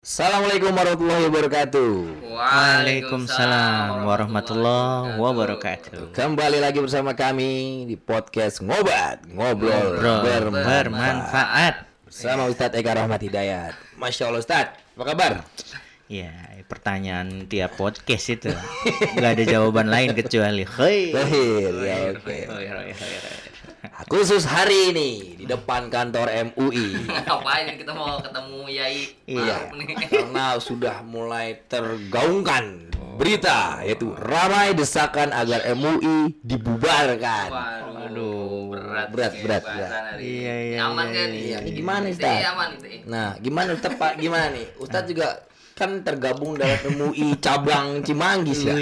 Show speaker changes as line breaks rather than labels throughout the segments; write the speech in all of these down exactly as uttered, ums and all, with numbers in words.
Assalamualaikum warahmatullahi wabarakatuh.
Waalaikumsalam warahmatullahi wabarakatuh.
Kembali lagi bersama kami di podcast Ngobat, Ngobrol,
Ngobrol
bermanfaat.
bermanfaat.
Bersama Ustadz Eka Rahmat Hidayat. Masya Allah Ustadz, apa kabar?
Ya, pertanyaan tiap podcast itu nggak ada jawaban lain kecuali hei.
Lahir, ya oke. Khusus hari ini di depan kantor M U I.
Ngapain kita mau ketemu Yai?
Iya, karena sudah mulai tergaungkan berita yaitu ramai desakan agar M U I dibubarkan.
Waduh, berat,
berat,
sih
berat,
bahasan
berat.
hari
Iya,
ini.
iya,
Aman
iya,
kan?
Iya, ini gimana
Ite
Ustaz?
aman ite.
Nah, gimana Ustadz Pak? Gimana nih? Ustadz juga kan tergabung dalam M U I cabang Cimanggis ya.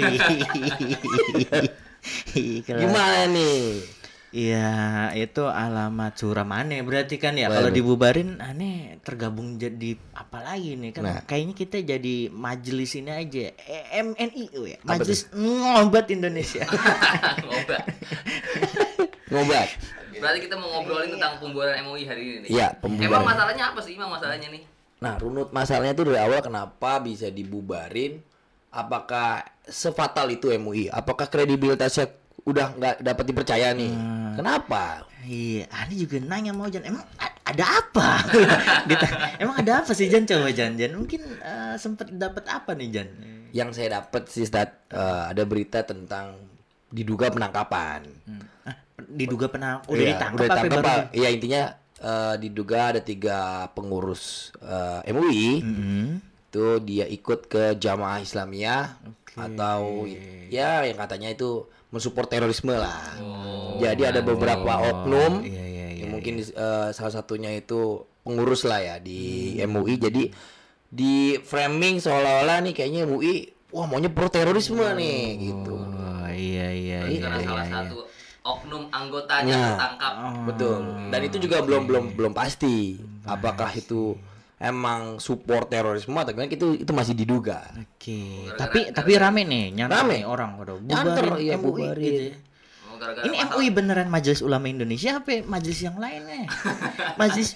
Gimana nih?
Iya, itu alamat suram aneh berarti kan ya.
Waduh.
Kalau dibubarin aneh tergabung jadi apa lagi nih kan?
Nah.
Kayaknya kita jadi majelis ini aja. E- M N I U ya.
Apa
Majelis Ngobat Indonesia.
Ngobat.
Ngobat.
Berarti kita mau ngobrolin tentang pembubaran M U I hari ini nih.
Iya, pembubaran.
Emang masalahnya apa sih? Emang masalahnya nih?
Nah, runut masalahnya tuh dari awal kenapa bisa dibubarin? Apakah sefatal itu M U I? Apakah kredibilitasnya udah nggak dapat dipercaya nih? Kenapa?
Iya, Ani juga nanya mau Jan, emang a- ada apa? Dita- emang ada apa sih Jan? Coba Jan, Jan mungkin uh, sempet dapat apa nih Jan?
Yang saya dapat sih Ustadz, eh, ada berita tentang diduga penangkapan.
Hmm. Ah, diduga pernah udah
Iya,
ditangkap
udah
apa
ditangkap,
baru?
Pak. Iya, intinya eh, diduga ada tiga pengurus eh, M U I.
Mm-hmm.
Itu dia ikut ke Jamaah Islamiyah
Oke.
atau ya yang katanya itu mensupport terorisme lah. Jadi ada beberapa oknum
Iya, iya, iya,
yang mungkin eh, salah satunya itu pengurus lah ya di M U I. Jadi di framing seolah-olah nih kayaknya M U I wah maunya pro terorisme nih gitu.
Oh iya iya
Berarti
iya.
karena
iya,
salah
iya.
satu oknum anggotanya
Nah.
tertangkap.
Betul. Dan itu juga belum belum belum pasti apakah itu emang support terorisme atau gimana, itu itu masih diduga.
Oke,
Gara-gara-
tapi tapi rame nih, nyantar
Rame.
nih orang pada
Nyanter,
bubarin
iya,
M U I
bubarin.
gitu ya.
Oh, gara-gara
Ini M U I
masalah-
beneran Majelis Ulama Indonesia apa ya? Majelis yang lainnya? Majelis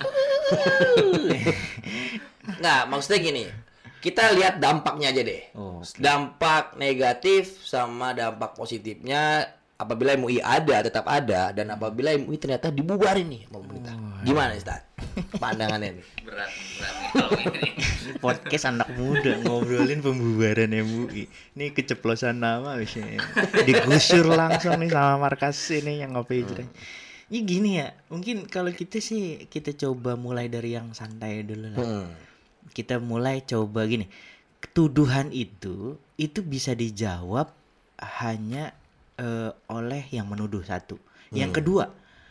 Nggak, maksudnya gini, kita lihat dampaknya aja deh.
Oh, oke.
Dampak negatif sama dampak positifnya apabila M U I ada, tetap ada, dan apabila M U I ternyata dibubarin nih sama pemerintah. Gimana Ustaz? Pandangannya nih.
berat, berat nih kalau ini.
podcast anak muda ngobrolin pembubaran M U I. Ini keceplosan nama misalnya. Digusur langsung nih sama markas ini yang ngopi hmm. Ini gini ya, mungkin kalau kita sih kita coba mulai dari yang santai dulu lah.
Hmm.
Kita mulai coba gini. Tuduhan itu itu bisa dijawab hanya eh, oleh yang menuduh satu. Yang kedua,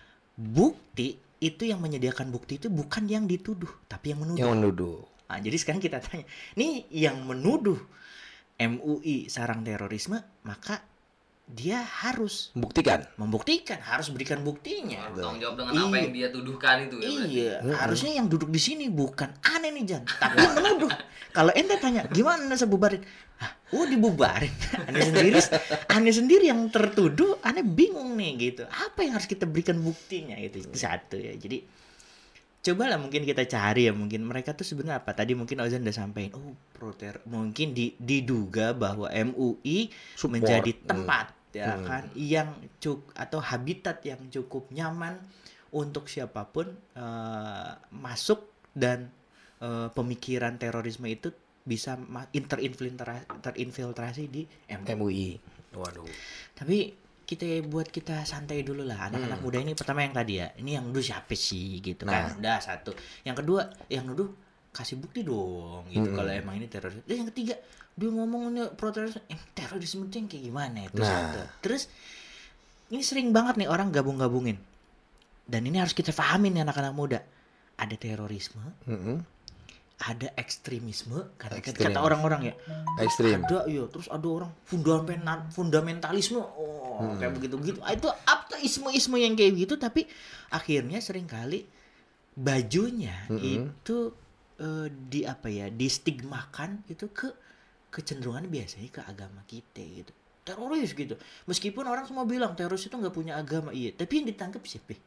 bukti itu yang menyediakan bukti itu bukan yang dituduh, tapi yang menuduh.
Yang menuduh.
Nah, jadi sekarang kita tanya, nih yang menuduh M U I sarang terorisme, maka dia harus
Buktikan.
membuktikan, harus berikan buktinya.
Harus tanggung jawab dengan apa
Iya.
yang dia tuduhkan itu ya. berarti.
Iya, harusnya yang duduk di sini bukan aneh nih Jan, tapi yang menuduh. Kalau ente tanya, gimana sebubarin? Hah, oh dibubarin. Aneh sendiri, aneh sendiri yang tertuduh, aneh bingung nih gitu. Apa yang harus kita berikan buktinya itu, itu satu ya. Jadi cobalah mungkin kita cari ya, mungkin mereka tuh sebenarnya apa. Tadi mungkin Ozan udah sampein, oh proter mungkin di, diduga bahwa M U I
Support.
menjadi
Hmm.
tempat ya
Hmm.
kan yang cuk atau habitat yang cukup nyaman untuk siapapun eh, masuk dan eh, pemikiran terorisme itu bisa ma- interinfiltrasi, terinfiltrasi di M U I.
M U I. Waduh.
Tapi kita buat kita santai dulu lah, anak-anak muda ini. Pertama yang tadi ya, ini yang nuduh siapa sih gitu
Nah.
kan, udah satu. Yang kedua yang nuduh kasih bukti dong gitu
Hmm.
kalau emang ini teroris. Dan yang ketiga dia ngomongnya pro terorisme, eh, terorisme itu yang kayak gimana itu
Nah.
satu. Terus ini sering banget nih orang gabung-gabungin, dan ini harus kita pahamin nih anak-anak muda, ada terorisme,
Mm-mm.
ada ekstremisme, kata,
Ekstrim.
kata orang-orang ya.
Ekstrim.
Ada ya, terus ada orang fundamental fundamentalisme, oh
Hmm.
kayak begitu-begitu. Ah, itu apa isme-isme yang kayak gitu, tapi akhirnya seringkali bajunya
Mm-mm.
itu eh, di apa ya, distigmakan itu ke kecenderungan biasanya ke agama kita gitu. Teroris gitu. Meskipun orang semua bilang teroris itu nggak punya agama, iya, tapi yang ditangkap siapa?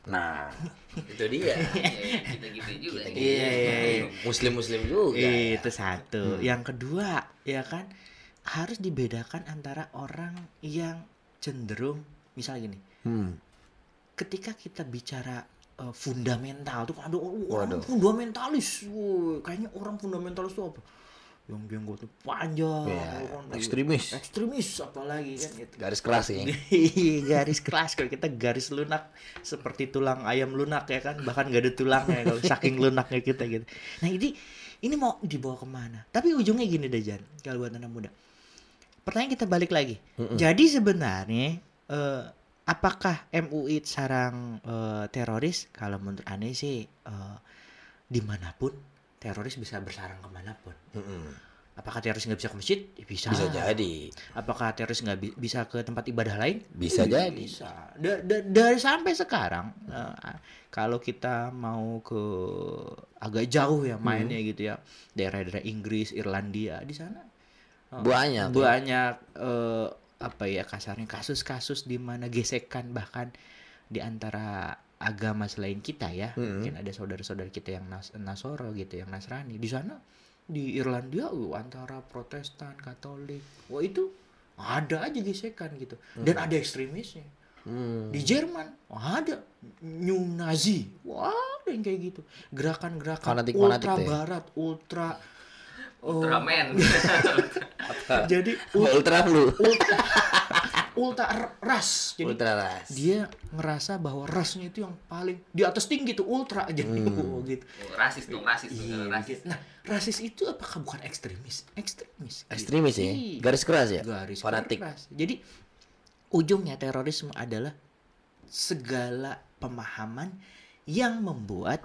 Nah, itu dia.
Iya, kita gitu juga.
Kita
nih.
Iya, iya, iya.
Muslim-muslim juga. ya.
Itu satu. Yang kedua, ya kan harus dibedakan antara orang yang cenderung misalnya gini.
Hmm.
Ketika kita bicara uh, fundamental tuh ada orang
Waduh.
fundamentalis. Woy, kayaknya orang fundamentalis tuh apa? Yang jenggotnya panjang,
Iya,
kan,
ekstremis.
ekstremis apalagi kan gitu.
Garis keras ya.
Garis keras, kalau kita garis lunak seperti tulang ayam lunak ya kan, bahkan gak ada tulangnya kalau saking lunaknya kita gitu. Nah ini ini mau dibawa kemana? Tapi ujungnya gini deh Jan, kalau buat anak muda. Pertanyaan kita balik lagi. Jadi sebenarnya eh, apakah M U I sarang eh, teroris? Kalau menurut Ane sih eh, dimanapun teroris bisa bersarang kemanapun.
Mm-mm.
Apakah teroris nggak bisa ke masjid? Ya bisa.
Bisa jadi.
Apakah teroris nggak bi- bisa ke tempat ibadah lain?
Bisa
Ya,
jadi.
Bisa. Da- da- dari sampai sekarang, eh, kalau kita mau ke agak jauh ya mainnya
Hmm.
gitu ya, daerah-daerah Inggris, Irlandia, di sana eh,
Banyak, ya.
banyak eh, apa ya kasarnya kasus-kasus di mana gesekan bahkan di antara agama selain kita ya.
Hmm.
Mungkin ada saudara-saudara kita yang nas Nasoro gitu, yang Nasrani. Di sana di Irlandia uh, antara Protestan, Katolik. Wah itu ada aja gesekan gitu. Dan ada ekstremisnya.
Hmm.
Di Jerman wah, ada New Nazi. Wah, ada yang kayak gitu. Gerakan-gerakan
Fanatik-fanatik
ultra
tuh ya?
barat, ultra oh,
Ultraman.
jadi
Apa ultra flu.
ultra ultra ras. Jadi
Ultra ras.
dia ngerasa bahwa rasnya itu yang paling di atas tinggi tuh ultra aja oh, gitu.
Oh, rasis dong, rasis dong,
Iya,
rasis.
gitu. Nah, rasis itu apakah bukan ekstremis? Ekstremis. gitu.
Ekstremis ya.
Iya.
Garis keras ya.
Garis
Fanatik.
keras. Jadi ujungnya terorisme adalah segala pemahaman yang membuat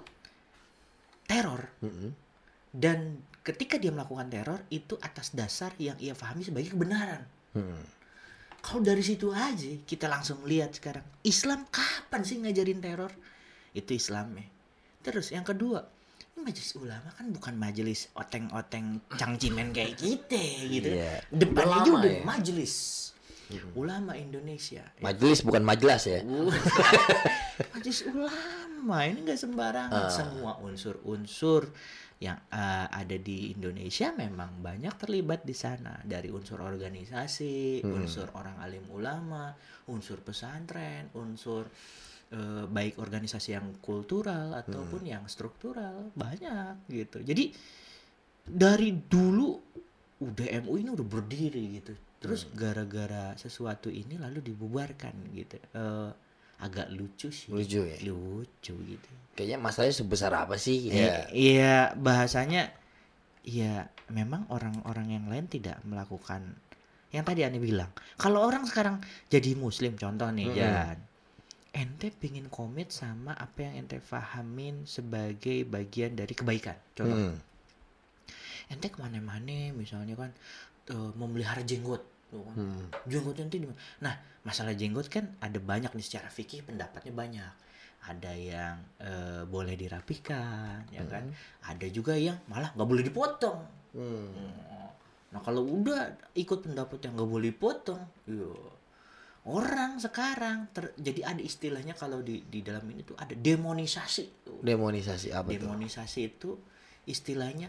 teror.
Mm-mm.
Dan ketika dia melakukan teror itu atas dasar yang ia pahami sebagai kebenaran.
Hmm.
Kalau dari situ aja kita langsung lihat sekarang Islam kapan sih ngajarin teror? Itu Islamnya. Terus yang kedua, ini majelis ulama kan bukan majelis oteng-oteng cangcimen kayak kita gitu.
Iya.
Depannya
Udah
aja
lama
udah
ya.
majelis ulama Indonesia.
Majelis bukan majelas ya.
Uh, majelis ulama ini nggak sembarangan. Semua unsur-unsur yang uh, ada di Indonesia memang banyak terlibat di sana, dari unsur organisasi, unsur orang alim ulama, unsur pesantren, unsur uh, baik organisasi yang kultural ataupun yang struktural, banyak gitu. Jadi dari dulu udah M U I ini udah berdiri gitu. Terus gara-gara sesuatu ini lalu dibubarkan gitu. Uh, agak lucu sih.
Lucu ya?
Lucu gitu.
Kayaknya masalahnya sebesar apa sih?
Eh,
Ya.
Iya, bahasanya ya memang orang-orang yang lain tidak melakukan yang tadi Ani bilang. Kalau orang sekarang jadi muslim contoh nih,
Mm-mm.
Jan. Ente pingin komit sama apa yang ente pahamin sebagai bagian dari kebaikan. Contoh,
Hmm.
ente kemana-mana misalnya kan eh, memelihara jenggot. Tuh kan.
Hmm.
Jenggot ente di mana? Nah, masalah jenggot kan ada banyak nih secara fikih pendapatnya banyak. Ada yang eh, boleh dirapikan, ya kan? Ada juga yang malah nggak boleh dipotong.
Hmm.
Nah kalau udah ikut pendapat yang nggak boleh dipotong, yo, orang sekarang ter- jadi ada istilahnya kalau di di dalam ini tuh ada demonisasi. Tuh.
Demonisasi apa tuh?
Demonisasi itu istilahnya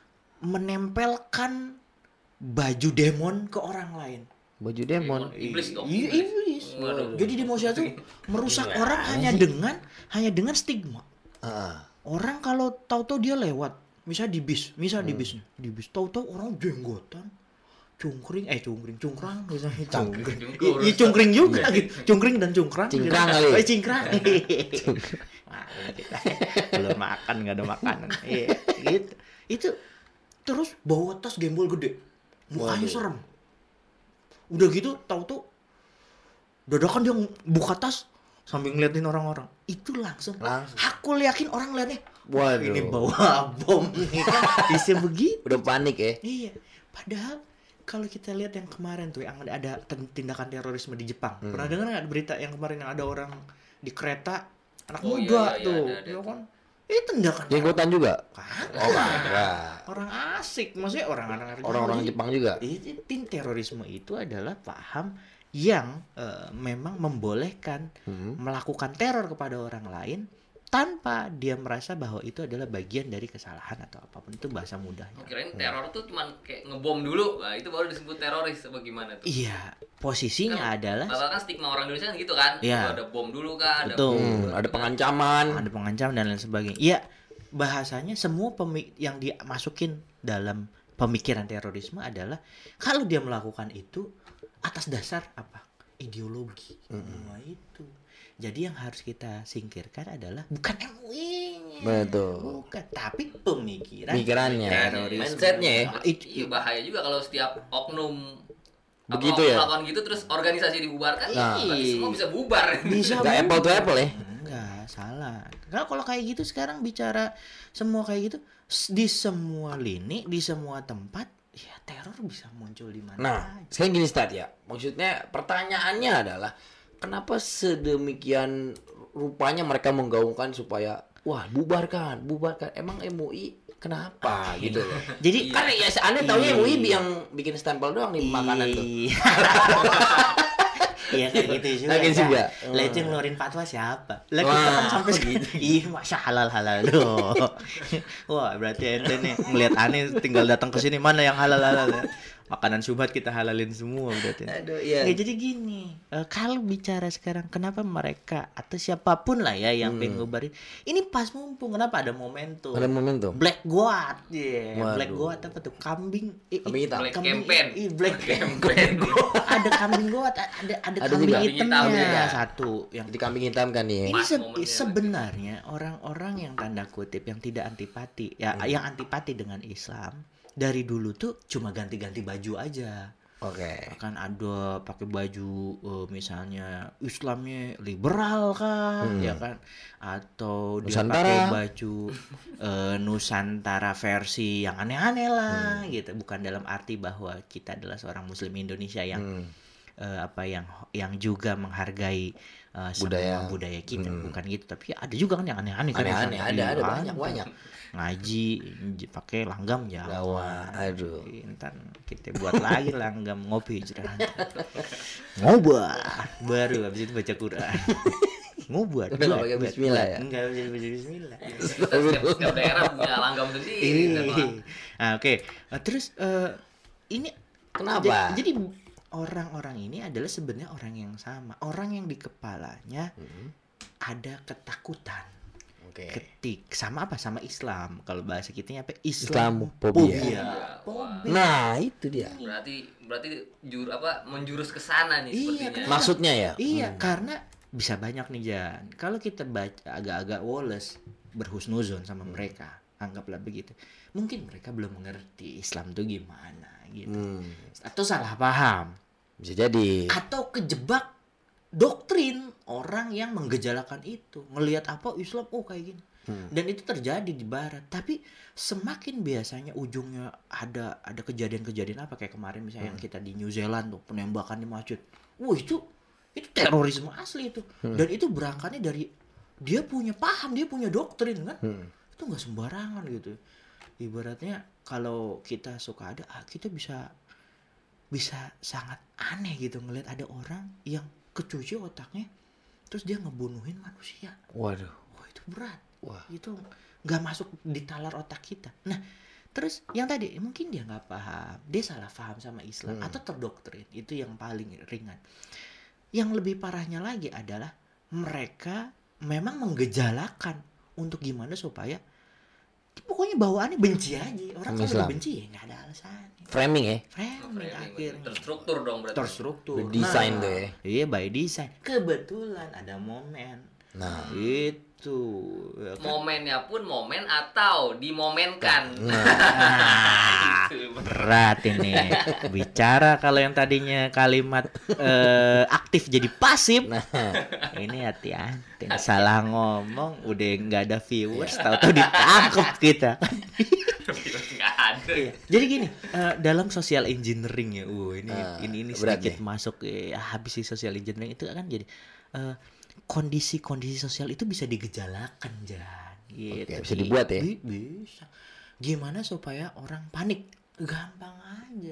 menempelkan baju demon ke orang lain.
Baju demon.
Iblis dong.
Iya, iblis.
Waduh.
Jadi demonisasi itu merusak orang hanya dengan hanya dengan stigma.
Ah.
Orang kalau tahu-tahu dia lewat, misalnya di bis, misal di bisnya, di bis tahu-tahu orang jenggotan, cungkring, eh cungkring, cungkrang, misalnya cungkring,
Cungkur.
iya cungkring juga gitu, cungkring dan cungkrang,
Cingkrang
gitu.
kali.
Eh, cingkrang, Wah, kita belum makan, nggak ada makanan, iya, gitu, itu terus bawa tas gembol gede, mukanya
Waduh.
serem, udah gitu tahu-tahu dadakan dia buka tas sambil ngeliatin orang-orang, itu langsung,
Langsung.
aku yakin orang liatnya,
Waduh.
ini bawa bom nih kan, bisa begitu.
Udah panik ya.
Iya, padahal kalau kita lihat yang kemarin tuh yang ada ten- tindakan terorisme di Jepang.
Hmm.
Pernah dengar nggak berita yang kemarin yang ada orang di kereta anak
Oh, iya,
muda
iya, iya,
tuh,
ada, ada
ya
tuh.
kan? Itu tindakan
Jenggotan juga.
Kagak.
Oh, kagak.
orang asik, maksudnya orang-orang
Orang-orang Jepang juga.
Itu tim terorisme itu adalah paham yang eh, memang membolehkan
Hmm.
melakukan teror kepada orang lain tanpa dia merasa bahwa itu adalah bagian dari kesalahan atau apapun. Itu bahasa mudahnya.
Kirain teror tuh cuman kayak ngebom dulu, nah itu baru disebut teroris apa gimana tuh?
Iya, posisinya adalah
Rata-rata kan stigma orang Indonesia kan gitu kan,
Iya.
Itu ada bom dulu kah, ada
Betul.
bom.
Hmm, ada pengancaman.
ada pengancam dan lain sebagainya. Iya, bahasanya semua pemi- yang dimasukin dalam pemikiran terorisme adalah kalau dia melakukan itu atas dasar apa? Ideologi. Nah, itu. Jadi yang harus kita singkirkan adalah bukan M U I-nya.
Betul.
Bukan, tapi pemikiran
Pikirannya,
terorisme.
mindsetnya ya.
Nah, itu,
Iya bahaya juga kalau setiap oknum
Begitu
apa,
ya?
melakukan gitu terus organisasi dibubarkan,
Nah.
berarti semua bisa bubar.
bisa
Nggak apple to apple ya.
Enggak, salah. Kalau kalau kayak gitu sekarang bicara semua kayak gitu s- di semua lini, di semua tempat, ya teror bisa muncul di mana
Nah,
aja.
sekarang gini Stad ya. Maksudnya pertanyaannya adalah kenapa sedemikian rupanya mereka menggaungkan supaya wah bubarkan, bubarkan. Emang M U I kenapa gitu loh.
Jadi
Karena ya aneh taunya M U I yang bikin stempel doang di makanan tuh.
Iya. Iya kayak gitu juga.
Kayak gitu juga.
Lah itu yang ngeluarin fatwa siapa? Lah
Wah,
kita kan sampai segitu. Ih, masa halal-halal loh. Wah, berarti ente nih ngelihat aneh tinggal datang ke sini mana yang halal-halal ya. Makanan syubhat kita halalin semua berarti.
Aduh, iya.
Ya, jadi gini, eh, kalau bicara sekarang kenapa mereka atau siapapun lah ya yang pengen ngubarin, ini pas mumpung kenapa ada momentum.
Ada momentum.
Black Goat, yeah.
Waduh.
Black Goat apa tuh? Kambing, eh,
Kambing hitam.
Black campaign.
Ih, Black
Campaign.
ada kambing goat, ada ada,
Ada
kambing
juga.
hitamnya
Kambing hitam,
ya.
satu yang
Jadi kambing hitam kan nih.
ini
Pas
se-
momennya
sebenarnya orang-orang yang tanda kutip yang tidak antipati ya
Hmm.
yang antipati dengan Islam dari dulu tuh cuma ganti-ganti baju aja.
Oke.
Kan ada pakai baju eh, misalnya Islamnya liberal kan, ya kan, atau dia
Nusantara.
pakai baju eh, Nusantara versi yang aneh-aneh lah gitu, bukan dalam arti bahwa kita adalah seorang Muslim Indonesia yang
Hmm.
eh, apa yang yang juga menghargai eh, semua
Budaya.
budaya kita,
Hmm.
bukan gitu, tapi ada juga kan yang aneh-aneh kan,
Aneh-aneh
yang-
ada ada
iya,
banyak banyak.
ngaji j- pakai langgam Jawa.
Jawa, aduh.
Ntar kita buat lagi langgam ngopi cerah. Ngobar baru habis itu baca Quran. Ngobar.
Udah nggak
buat,
pakai
buat,
bismillah
buat.
ya?
Enggak bisa baca bismillah.
setiap, setiap daerah punya langgam sendiri.
Ih. Nah, oke. Nah, terus eh, ini
Kenapa?
ja- Jadi orang-orang ini adalah sebenarnya orang yang sama, orang yang di kepalanya
Hmm.
ada ketakutan.
Oke.
Ketik sama apa sama Islam, kalau bahasa kitanya apa,
Islamophobia.
Islamophobia.
Wah.
Nah, itu dia.
Berarti berarti jur apa menjurus ke sana nih
Iya,
sepertinya.
kenapa?
Maksudnya ya?
Iya, karena bisa banyak nih Jan. Kalau kita baca agak-agak Wallace berhusnuzon sama mereka, anggaplah begitu. Mungkin mereka belum mengerti Islam itu gimana gitu.
Hmm.
Atau salah paham,
Bisa jadi.
atau kejebak doktrin orang yang menggejalakan itu. Ngelihat apa Islam oh kayak gini.
Hmm.
Dan itu terjadi di barat. Tapi semakin biasanya ujungnya ada ada kejadian-kejadian apa kayak kemarin misalnya yang kita di New Zealand tuh penembakan di masjid. Wah, itu itu terorisme asli itu. Dan itu berangkatnya dari dia punya paham, dia punya doktrin kan.
Hmm.
Itu nggak sembarangan gitu. Ibaratnya kalau kita suka ada ah, kita bisa bisa sangat aneh gitu ngelihat ada orang yang kecuci otaknya terus dia ngebunuhin manusia.
Waduh.
Wah, itu berat.
Wah.
Itu nggak masuk di talar otak kita. Nah, terus yang tadi mungkin dia nggak paham, dia salah paham sama Islam
Hmm.
atau terdoktrin, itu yang paling ringan. Yang lebih parahnya lagi adalah mereka memang menggejalakan untuk gimana supaya pokoknya bawaannya benci aja. Orang
Sama
kalau
Islam.
udah benci ya nggak ada alasan.
Framing ya?
Framing
Framing,
akhirnya.
terstruktur dong berarti.
Terstruktur.
By design
Nah,
tuh ya.
Iya by design. Kebetulan ada momen.
Nah.
Itu. Ya kan?
Momennya pun momen atau dimomenkan.
Nah,
Itu.
berat ini. Bicara kalau yang tadinya kalimat eh, aktif jadi pasif.
Nah.
Ini hati-hati. Salah ngomong udah nggak ada viewers, tahu-tahu ditangkap kita.
Nggak ada.
Iya. Jadi gini, eh, dalam social engineering ya, uh, ini
Ah,
ini ini
berat
sedikit
nih.
masuk eh, habis sih social engineering itu kan jadi eh, kondisi-kondisi sosial itu bisa digejalakan Jan. Gitu.
Oke, bisa dibuat ya?
Bi- Bisa. Gimana supaya orang panik? Gampang aja.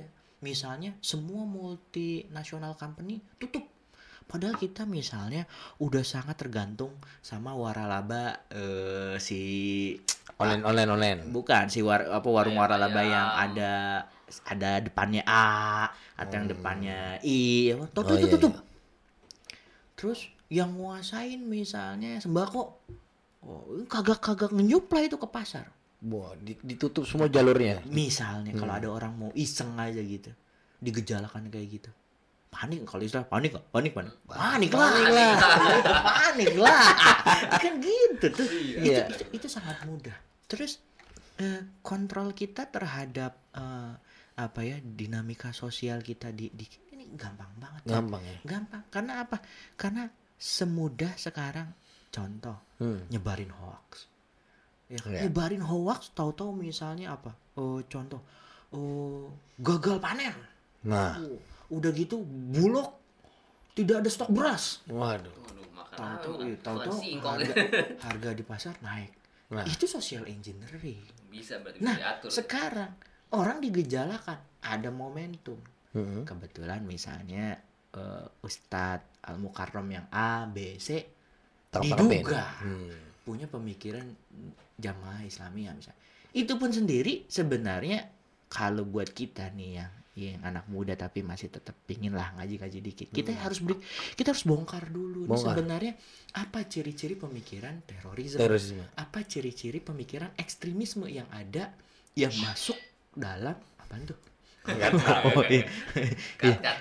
misalnya semua multinasional company tutup. Padahal kita misalnya udah sangat tergantung sama waralaba eh, si
Online online online.
bukan si war, apa warung
Ayam,
waralaba
ayam.
yang ada ada depannya A atau yang depannya I, apa, tutup
Oh,
itu
iya,
tutup.
iya.
Terus yang nguasain misalnya sembako, oh, kagak-kagak ngenyuplai itu ke pasar.
Wah, di- ditutup semua jalurnya.
Misalnya kalau ada orang mau iseng aja gitu, digejalakan kayak gitu. Panik kalau istilah panik nggak? Panik panik. Panik lah.
Panik lah.
Itu panik lah. Kan gitu tuh.
Iya.
Itu, itu itu sangat mudah. Terus eh, kontrol kita terhadap eh, apa ya dinamika sosial kita di, di ini gampang banget. Kan?
Gampang ya.
Gampang. Karena apa? Karena semudah sekarang contoh
Hmm.
nyebarin hoax. Ya,
Iya.
nyebarin hoax tahu-tahu misalnya apa? Oh, contoh oh, gagal panen.
Nah,
Oh, udah gitu bulog tidak ada stok beras.
waduh.
Waduh, makan apa
Tahu-tahu
makan?
iya, tahu-tahu
Makan singkong.
harga, harga di pasar naik.
Nah,
Itu social engineering.
Bisa berarti
Nah,
bisa diatur.
sekarang orang digejalakan ada momentum.
mm-mm.
Kebetulan misalnya eh, Ustadz Al Mukarram yang A, B, C
Tangkap
diduga
Hmm.
punya pemikiran jamaah Islamiyah misalnya. Itu pun sendiri sebenarnya kalau buat kita nih yang yang anak muda tapi masih tetap pingin lah ngaji-ngaji dikit. Kita harus beri, kita harus bongkar dulu nih
Bongkar.
sebenarnya apa ciri-ciri pemikiran terorisme.
Terorisme.
Apa ciri-ciri pemikiran ekstremisme yang ada yang masuk dalam apa itu?
Enggak tahu.
Oh, iya.
Cut, cut.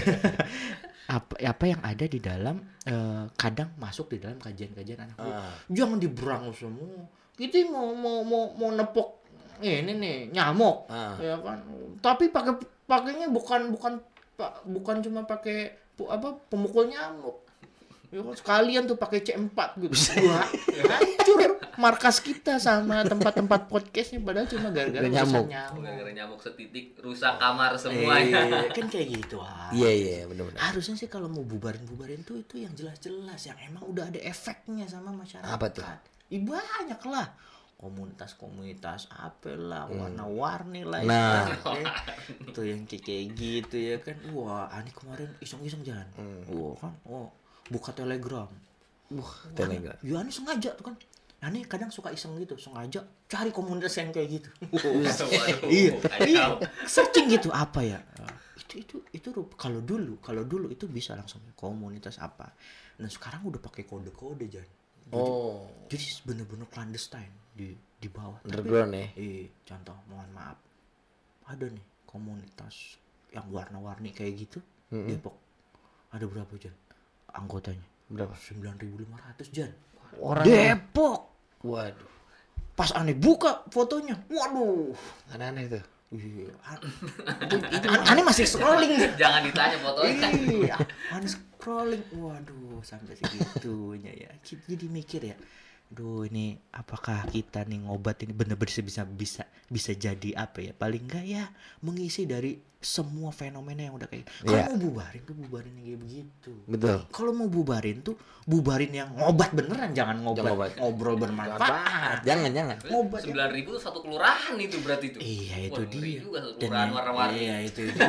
apa apa yang ada di dalam eh, kadang masuk di dalam kajian-kajian anak muda.
Ah.
Jangan diberangus semua. Kita mau mau mau mau nepok ini nih nyamuk,
Ah.
ya kan. Tapi pakai pakainya bukan bukan pa- bukan cuma pakai pu- apa pemukul nyamuk. Ya kan, sekalian tuh pakai C empat gitu. Wah, hancur markas kita sama tempat-tempat podcastnya padahal cuma gara-gara
Gara nyamuk.
urusan nyamuk.
Gara-gara nyamuk setitik rusak kamar semuanya.
Eh, kan kayak gitu ah.
Iya iya benar-benar.
Harusnya sih kalau mau bubarin-bubarin tuh itu yang jelas-jelas yang emang udah ada efeknya sama masyarakat.
Apa tuh?
Ih, banyak lah. Komunitas-komunitas apalah, warna-warni lah.
Hmm. Nah.
istilahnya. Tuh yang kayak kayak gitu ya kan. Wah, ani kemarin iseng-iseng jangan.
Hmm.
Wah kan, oh buka Telegram.
Wah, Telegram.
Ya ani sengaja tuh kan. Ani kadang suka iseng gitu, sengaja cari komunitas yang kayak gitu.
Waduh,
Iya,
kacau.
iya. Searching gitu apa ya? Itu itu itu rup- kalau dulu, kalau dulu itu bisa langsung komunitas apa. Nah, sekarang udah pakai kode-kode Jan.
Oh,
Jadi bener-bener clandestine di di bawah. Tapi-
underground ya.
Eh, contoh, mohon maaf. Ada nih komunitas yang warna-warni kayak gitu,
Mm-mm.
Depok. Ada berapa Jan? Anggotanya
Berapa?
sembilan ribu lima ratus Jan.
Orang.
Depok.
Waduh.
Pas aneh buka fotonya. Waduh.
Aneh-aneh tuh.
Iya, an- itu, itu an- aneh masih scrolling.
Jangan ditanya fotonya.
Iya, aneh scrolling. Waduh, sampai segitunya ya. Jadi mikir ya. Duh, ini apakah kita nih ngobat ini bener-bener bisa bisa bisa jadi apa ya? Paling enggak ya mengisi dari semua fenomena yang udah kayak. Kalau
Iya.
mau bubarin tuh bubarin yang kayak begitu.
Betul.
Kalau mau bubarin tuh bubarin yang ngobat beneran, jangan ngobat,
Jangan ngobat.
ngobrol bermanfaat.
Jangan jangan.
Ngobat yang-
Sembilan ribu satu kelurahan itu berarti itu.
Iya itu
Wah, ngeri
dia.
juga satu
Dan
kelurahan
yang-
warna-warni.
Iya itu dia.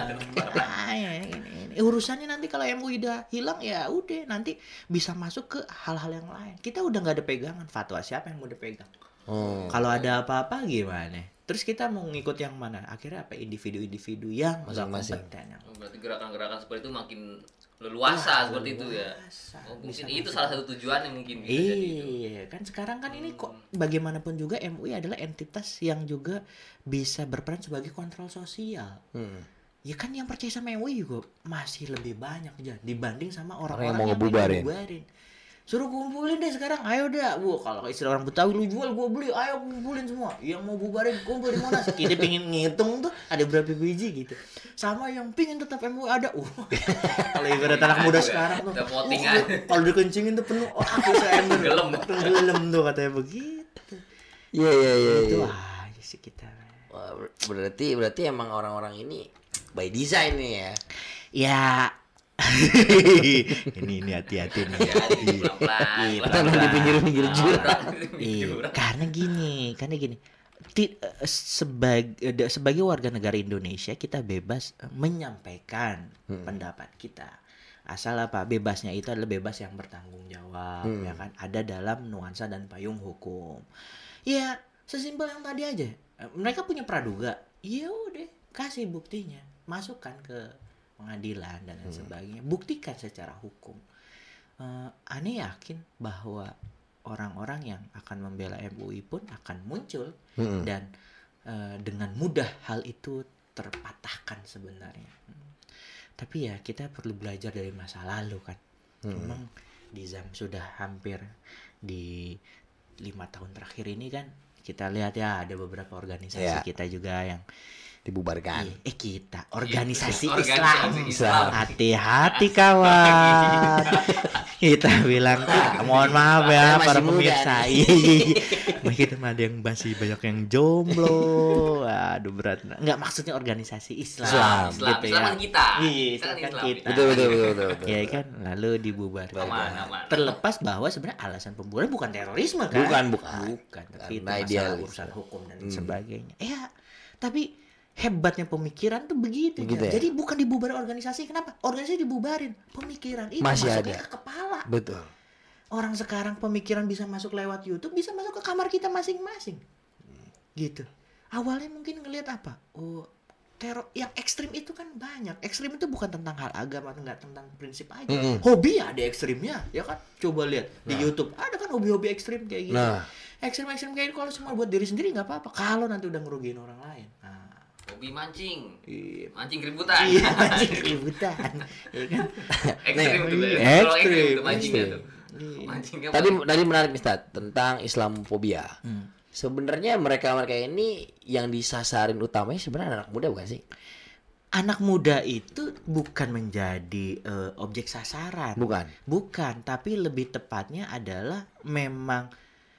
Makanya ini, ini. Urusannya nanti kalau M U I udah hilang ya udah nanti bisa masuk ke hal-hal yang lain. Kita udah nggak ada pegangan fatwa siapa yang mau dipegang.
Oh.
Kalau ada apa-apa gimana? Terus kita mau ngikut yang mana? Akhirnya apa individu-individu yang nggak
Masing-masing.
kompeten. Yang
Oh, berarti gerakan-gerakan seperti itu makin leluasa seperti itu ya.
leluasa.
Oh,
Bisa
mungkin itu
masuk.
salah satu tujuannya mungkin bisa jadi itu.
Iya, kan sekarang kan ini kok bagaimanapun juga M U I adalah entitas yang juga bisa berperan sebagai kontrol sosial.
Hmm.
Ya kan yang percaya sama M U I juga masih lebih banyak aja dibanding sama
Orang yang
orang-orang
mau
yang,
ngebubarin.
ngebubarin. Suruh kumpulin deh sekarang, ayo dah. Bu, kalau istilah orang Betawi lu jual gua beli, ayo kumpulin semua. Yang mau bubarin kumpul di Monas. Kita pengen ngitung tuh ada berapa biji gitu. Sama yang pingin tetap M U I ada. Uh. Kalau ibarat anak muda sekarang tuh.
Udah voting
uh,
aja.
kalau dikencingin tuh penuh. Oh, aku saya
Tenggelam.
Tenggelam tuh katanya begitu.
Iya iya iya.
Itu
iya.
aja sih kita.
Wah, ber- berarti berarti emang orang-orang ini by design nih ya.
Ya. ini ini hati-hati nih.
Pelan-pelan.
Iya,
Atau di pinggir-pinggir jurang.
Iya, karena gini, karena gini. ti- eh, sebagai eh, sebagai warga negara Indonesia kita bebas eh, menyampaikan pendapat kita. Asal apa? Bebasnya itu adalah bebas yang bertanggung jawab,
Hmm.
ya kan? Ada dalam nuansa dan payung hukum. Ya, sesimpel yang tadi aja. Eh, Mereka punya praduga. Ya udah, kasih buktinya, masukkan ke pengadilan dan lain sebagainya. Buktikan secara hukum. Eh, Ane yakin bahwa orang-orang yang akan membela M U I pun akan muncul
Hmm.
dan eh, dengan mudah hal itu terpatahkan sebenarnya. Hmm. Tapi ya kita perlu belajar dari masa lalu kan. Memang di Zam sudah hampir di lima tahun terakhir ini kan kita lihat ya ada beberapa organisasi
Ya.
kita juga yang
Dibubarkan.
eh kita organisasi
Organisasi
Islam.
Islam.
Hati-hati kawan. Kita bilang "Ah, mohon maaf ya
Saya masih
para
muda
pemirsa.
nih."
Iya. Kita mah ada yang masih banyak yang jomblo. Aduh berat. Enggak maksudnya organisasi Islam,
Islam.
Islam,
gitu
Islam
ya.
kan kita.
Iya,
Kita
Islam
kan
kan
Islam.
kita.
Betul betul betul betul. betul.
Ya kan lalu dibubarkan.
Aman, aman.
Terlepas bahwa sebenarnya alasan pembubaran bukan terorisme kan?
Bukan, bukan.
Bukan, tapi itu
Karena
masalah
idealis.
urusan hukum dan
Hmm.
sebagainya. Ya, tapi hebatnya pemikiran tuh begitu.
Begitu
Jan.
ya?
Jadi bukan dibubarin organisasi. Kenapa? Organisasi dibubarin. Pemikiran itu
Masih
masuknya
ada.
ke kepala.
Betul.
Orang sekarang pemikiran bisa masuk lewat YouTube, bisa masuk ke kamar kita masing-masing. Gitu. Awalnya mungkin ngelihat apa? Oh, teror yang ekstrim itu kan banyak. Ekstrim itu bukan tentang hal agama, enggak tentang prinsip aja.
Mm-mm.
Hobi ada ekstrimnya, ya kan? Coba lihat di
Nah.
YouTube. Ada kan hobi-hobi ekstrim kayak gitu.
Nah,
Ekstrim-ekstrim kayak gitu kalau cuma buat diri sendiri nggak apa-apa. Kalau nanti udah ngerugiin orang lain. Nah,
Hobi mancing.
iya.
Mancing keributan.
Iya, mancing keributan. Ya kan?
Ekstrim tuh.
Iya,
ya. Kalau
ekstrim,
ekstrim tuh mancingnya
ekstrim.
tuh.
Iya.
Mancingnya
tadi
paling-
tadi menarik nih Ustaz tentang Islamofobia.
Hmm.
Sebenarnya mereka-mereka ini yang disasarin utamanya sebenarnya anak muda bukan sih?
Anak muda itu bukan menjadi eh, objek sasaran.
Bukan.
Bukan, tapi lebih tepatnya adalah memang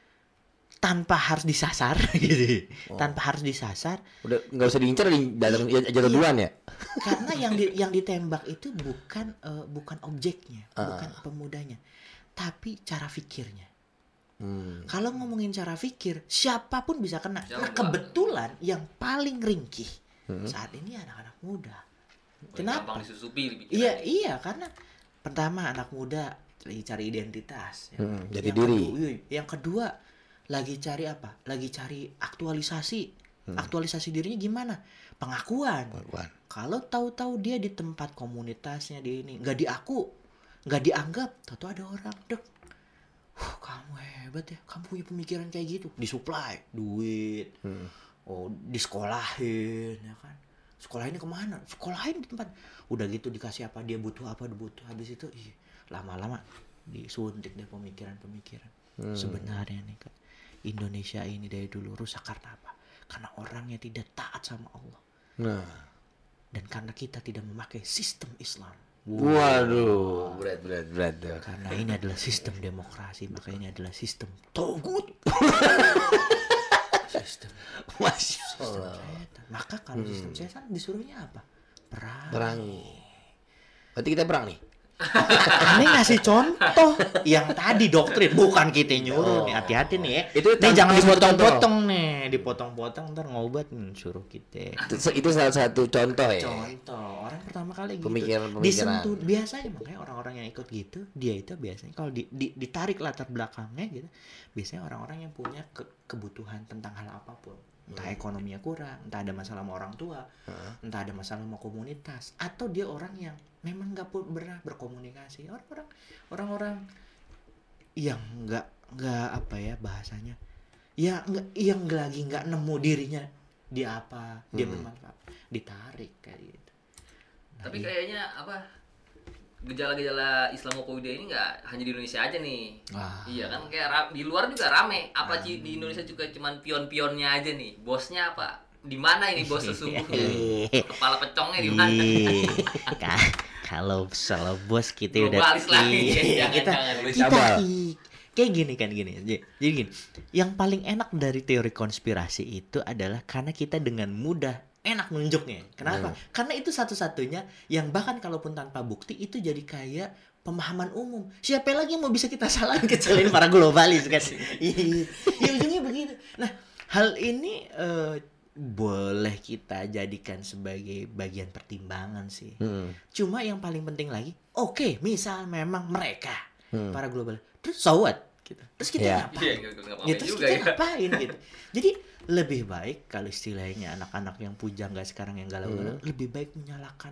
tanpa harus disasar gitu. Tanpa harus disasar
Udah nggak usah diincar, di- datang jatuh duluan ya.
karena yang di, yang ditembak itu bukan eh, bukan objeknya,
Ah.
bukan pemudanya, tapi cara pikirnya.
Hmm.
Kalau ngomongin cara pikir, siapapun bisa kena.
Jauh
Nah,
banget.
kebetulan yang paling ringkih
Hmm.
saat ini anak-anak muda.
Paling
Kenapa?
gampang disusupi pikirannya.
Iya, iya, karena pertama anak muda lagi cari identitas, ya.
Hmm, jati
Yang
diri.
kedua- iya, yang kedua lagi cari apa? Lagi cari aktualisasi.
Hmm.
Aktualisasi dirinya gimana? Pengakuan.
Bukan.
Kalau tahu-tahu dia di tempat komunitasnya dia ini nggak diaku, nggak dianggap, tahu ada orang, dek, "Huh, kamu hebat ya, kamu punya pemikiran kayak gitu, disuplai duit,
Hmm.
oh disekolahin, ya kan, sekolahinnya kemana? Sekolahin di tempat, udah gitu dikasih apa dia butuh apa dia butuh, habis itu, ih, lama-lama disuntik deh pemikiran-pemikiran.
Hmm.
Sebenarnya nih kan, Indonesia ini dari dulu rusak karena apa? Karena orangnya tidak taat sama Allah.
Nah.
Dan karena kita tidak memakai sistem Islam.
Waduh, berat berat berat tuh.
Karena ini adalah sistem demokrasi, maka ini adalah sistem togut. Sistem
Masya
sistem
Allah.
setan. Maka kalau sistem setan disuruhnya apa? Perang.
Perangi. Berarti kita perang nih.
Ini ngasih contoh yang tadi doktrin, bukan kita nyuruh nih. Hati-hati nih ya.
Itu
nih
tanpa
jangan
disebut
dipotong-potong nih, dipotong-potong ntar ngobat nih, suruh kita.
Itu, itu salah satu contoh ya.
Contoh orang pertama kali gitu
Pemikiran-pemikiran.
disentuh biasanya, makanya orang-orang yang ikut gitu dia itu biasanya kalau di, di- ditarik latar belakangnya gitu biasanya orang-orang yang punya ke- kebutuhan tentang hal apapun, entah ekonominya kurang, entah ada masalah sama orang tua, entah ada masalah sama komunitas, atau dia orang yang memang nggak pu- pernah berkomunikasi, orang-orang orang-orang yang nggak nggak apa ya bahasanya, ya nggak yang lagi nggak nemu dirinya di apa dia
Hmm.
bermanfaat, ditarik kayak gitu. Nah,
Tapi
iya.
kayaknya apa gejala-gejala Islamophobia ini nggak hanya di Indonesia aja nih.
Wah.
Iya kan kayak ra- di luar juga rame. Apa sih di Indonesia juga cuman pion-pionnya aja nih. Bosnya apa? Di mana ini bos sesungguhnya? Kepala pecongnya di mana?
Ih, ka- kalau kalau bos kita udah
Globalis lagi,
Iya,
jangan,
kita
jangan.
kita
Cabal.
ih, kayak gini kan gini jadi jadi gini, yang paling enak dari teori konspirasi itu adalah karena kita dengan mudah enak nunjuknya. Kenapa? Karena itu satu-satunya yang bahkan kalaupun tanpa bukti itu jadi kayak pemahaman umum. Siapa lagi yang mau bisa kita salahin kecuali para globalis kan? Iya, ya ujungnya begitu. Nah, Hal ini eh, boleh kita jadikan sebagai bagian pertimbangan sih.
Hmm.
Cuma yang paling penting lagi, oke, misal memang mereka
Hmm.
para global, terus so what? Gitu. Terus kita
Iya.
ngapain?
Iya, nggak nggak
Ya,
apa-apa
terus
juga
kita
ya.
ngapain gitu. Jadi lebih baik kalau istilahnya anak-anak yang pujangga sekarang yang galau-galau,
Hmm.
lebih baik menyalakan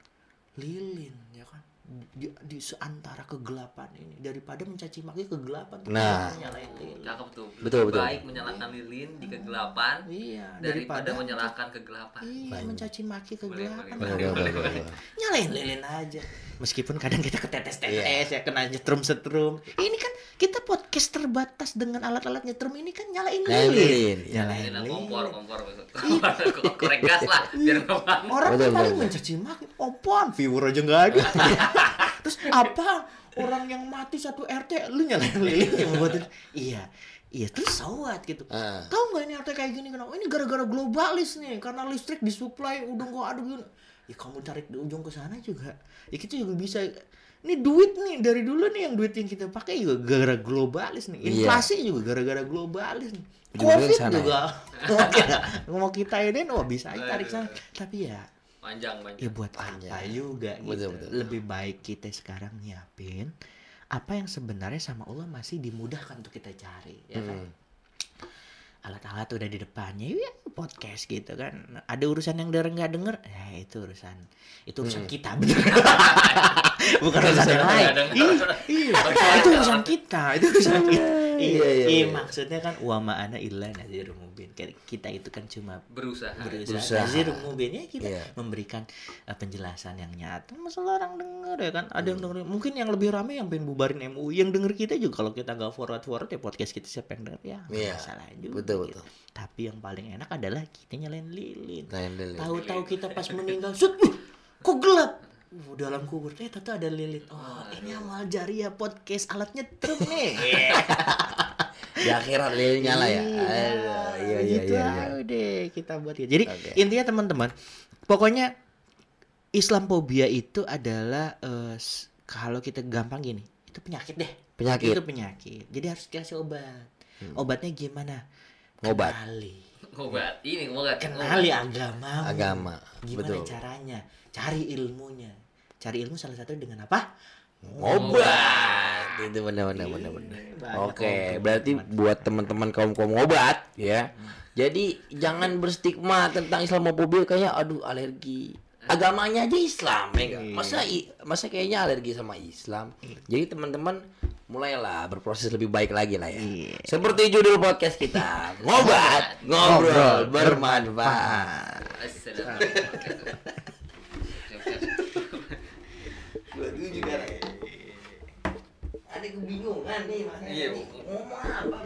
lilin ya kan di, di seantara kegelapan ini daripada mencaci maki kegelapan.
Nah.
Nyalain lilin.
Cakep tuh.
Betul,
Lebih
betul.
baik menyalakan lilin di kegelapan
Iya,
daripada menyalakan kegelapan.
Iya, mencaci maki
Boleh,
kegelapan.
boleh,
Betul, betul, betul, betul.
Nyalain lilin aja. Meskipun kadang kita ketetes-tetes
Iya.
ya, kena nyetrum-setrum. Ini kan kita podcast terbatas dengan alat-alat nyetrum ini kan nyalain
Nyalain
lilin.
lilin.
Nyalain
Ini lah
lilin.
kompor, kompor, kompor, korek gas lah, biar nggak panas.
Orang
Betul,
kan paling
betul.
mencaci maki, apaan viewer aja nggak ada. Terus apa orang yang mati satu R T lu nyalain lilin yang membuat iya. Iya, terus sawat gitu.
Ah.
Tahu nggak ini R T kayak gini kenapa? Ini gara-gara globalis nih, karena listrik disuplai udah nggak ada gini. Ya kamu tarik di ujung ke sana juga. Ya kita juga bisa. Ini duit nih dari dulu nih yang duit yang kita pakai juga gara-gara globalis nih. Inflasi juga gara-gara globalis nih.
Ujung-ujungnya
Covid
sana
juga. Mau kita, mau kita ini wah bisa aja tarik sana. Tapi ya
Panjang,
ya
panjang.
buat apa juga gitu.
Betul, betul.
Lebih baik kita sekarang nyiapin apa yang sebenarnya sama Allah masih dimudahkan untuk kita cari ya kan.
Hmm.
Alat-alat udah di depannya ya podcast gitu kan. Ada urusan yang denger nggak denger ya itu urusan itu urusan
Hmm.
kita bener. Bukan urusan yang lain. Ih, iya, itu urusan kita, itu urusan kita.
Iya, iya,
Iya,
iya.
maksudnya kan wa ma'ana illa nazirun mubin. Kita itu kan cuma
Berusaha.
berusaha,
Berusaha.
nazirun mubin ya kita
Iya.
memberikan uh, penjelasan yang nyata. Masalah orang denger ya kan, ada yang denger. Mungkin yang lebih rame yang pengen bubarin M U I, yang denger kita juga kalau kita nggak forward forward ya podcast kita siapa yang denger ya nggak
Iya.
masalah juga.
Betul,
gitu.
betul.
Tapi yang paling enak adalah kita nyalain lilin.
Nyalain lilin.
Tahu-tahu kita pas meninggal, sut, uh, kok gelap? Uh, dalam kubur, eh ternyata ada lilin. Oh, ini amal jariah podcast alatnya truk nih.
Di akhirat lilin nyala ya. Aduh, iya iya
gitu
iya. iya.
aja deh kita buat ya. Jadi
Oke.
intinya teman-teman, pokoknya Islamophobia itu adalah eh, s- kalau kita gampang gini, itu penyakit deh.
Penyakit.
Itu penyakit. Jadi harus dikasih obat. Obatnya gimana?
Ngobat.
Kenali.
Ngobat. Ini ngobat.
Kenali agama.
Agama.
Gimana
Betul.
caranya? Cari ilmunya. Cari ilmu salah satu dengan apa?
Ngobat. Itu benar-benar benar-benar.
Banyak
Oke,
obat,
berarti
teman-teman.
buat teman-teman kaum-kaum obat ya. Jadi jangan berstigma tentang Islamophobia kayak aduh alergi. Agamanya aja Islam ya nggak? Masa i- masa kayaknya alergi sama Islam. Jadi teman-teman mulailah berproses lebih baik lagi lah ya.
Iya.
Seperti judul podcast kita, ngobat, ngobrol bermanfaat.
Assalamualaikum.
Gua juga ada kebingungan nih makanya.
Iya,
nih.
Bu.
Ngomong apa?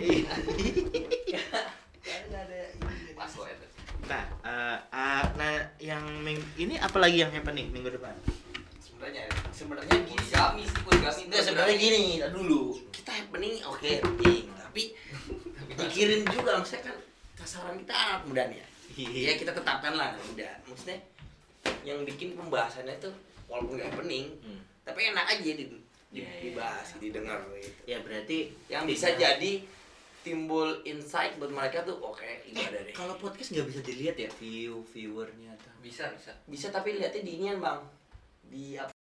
Pas kok itu.
Nah, eh, ah, nah yang ming- ini apa lagi yang happening minggu depan?
Sebenarnya sebenarnya gini sih.
Poligami sih, poligami.
Enggak sebenarnya gini nah dulu kita happening oke happening tapi pikirin juga maksudnya kan sasaran kita anak muda nih ya. Iya kita tetapkan lah anak muda. Maksudnya yang bikin pembahasannya tuh walaupun nggak happening
Hmm.
tapi enak aja di, di-
Iya, iya.
dibahas didengar gitu.
Ya berarti
Yang bisa jadi timbul insight buat mereka tuh oke ibadah deh.
kalau podcast nggak bisa dilihat ya view viewernya atau
Bisa, bisa.
Bisa tapi lihatnya di inian bang di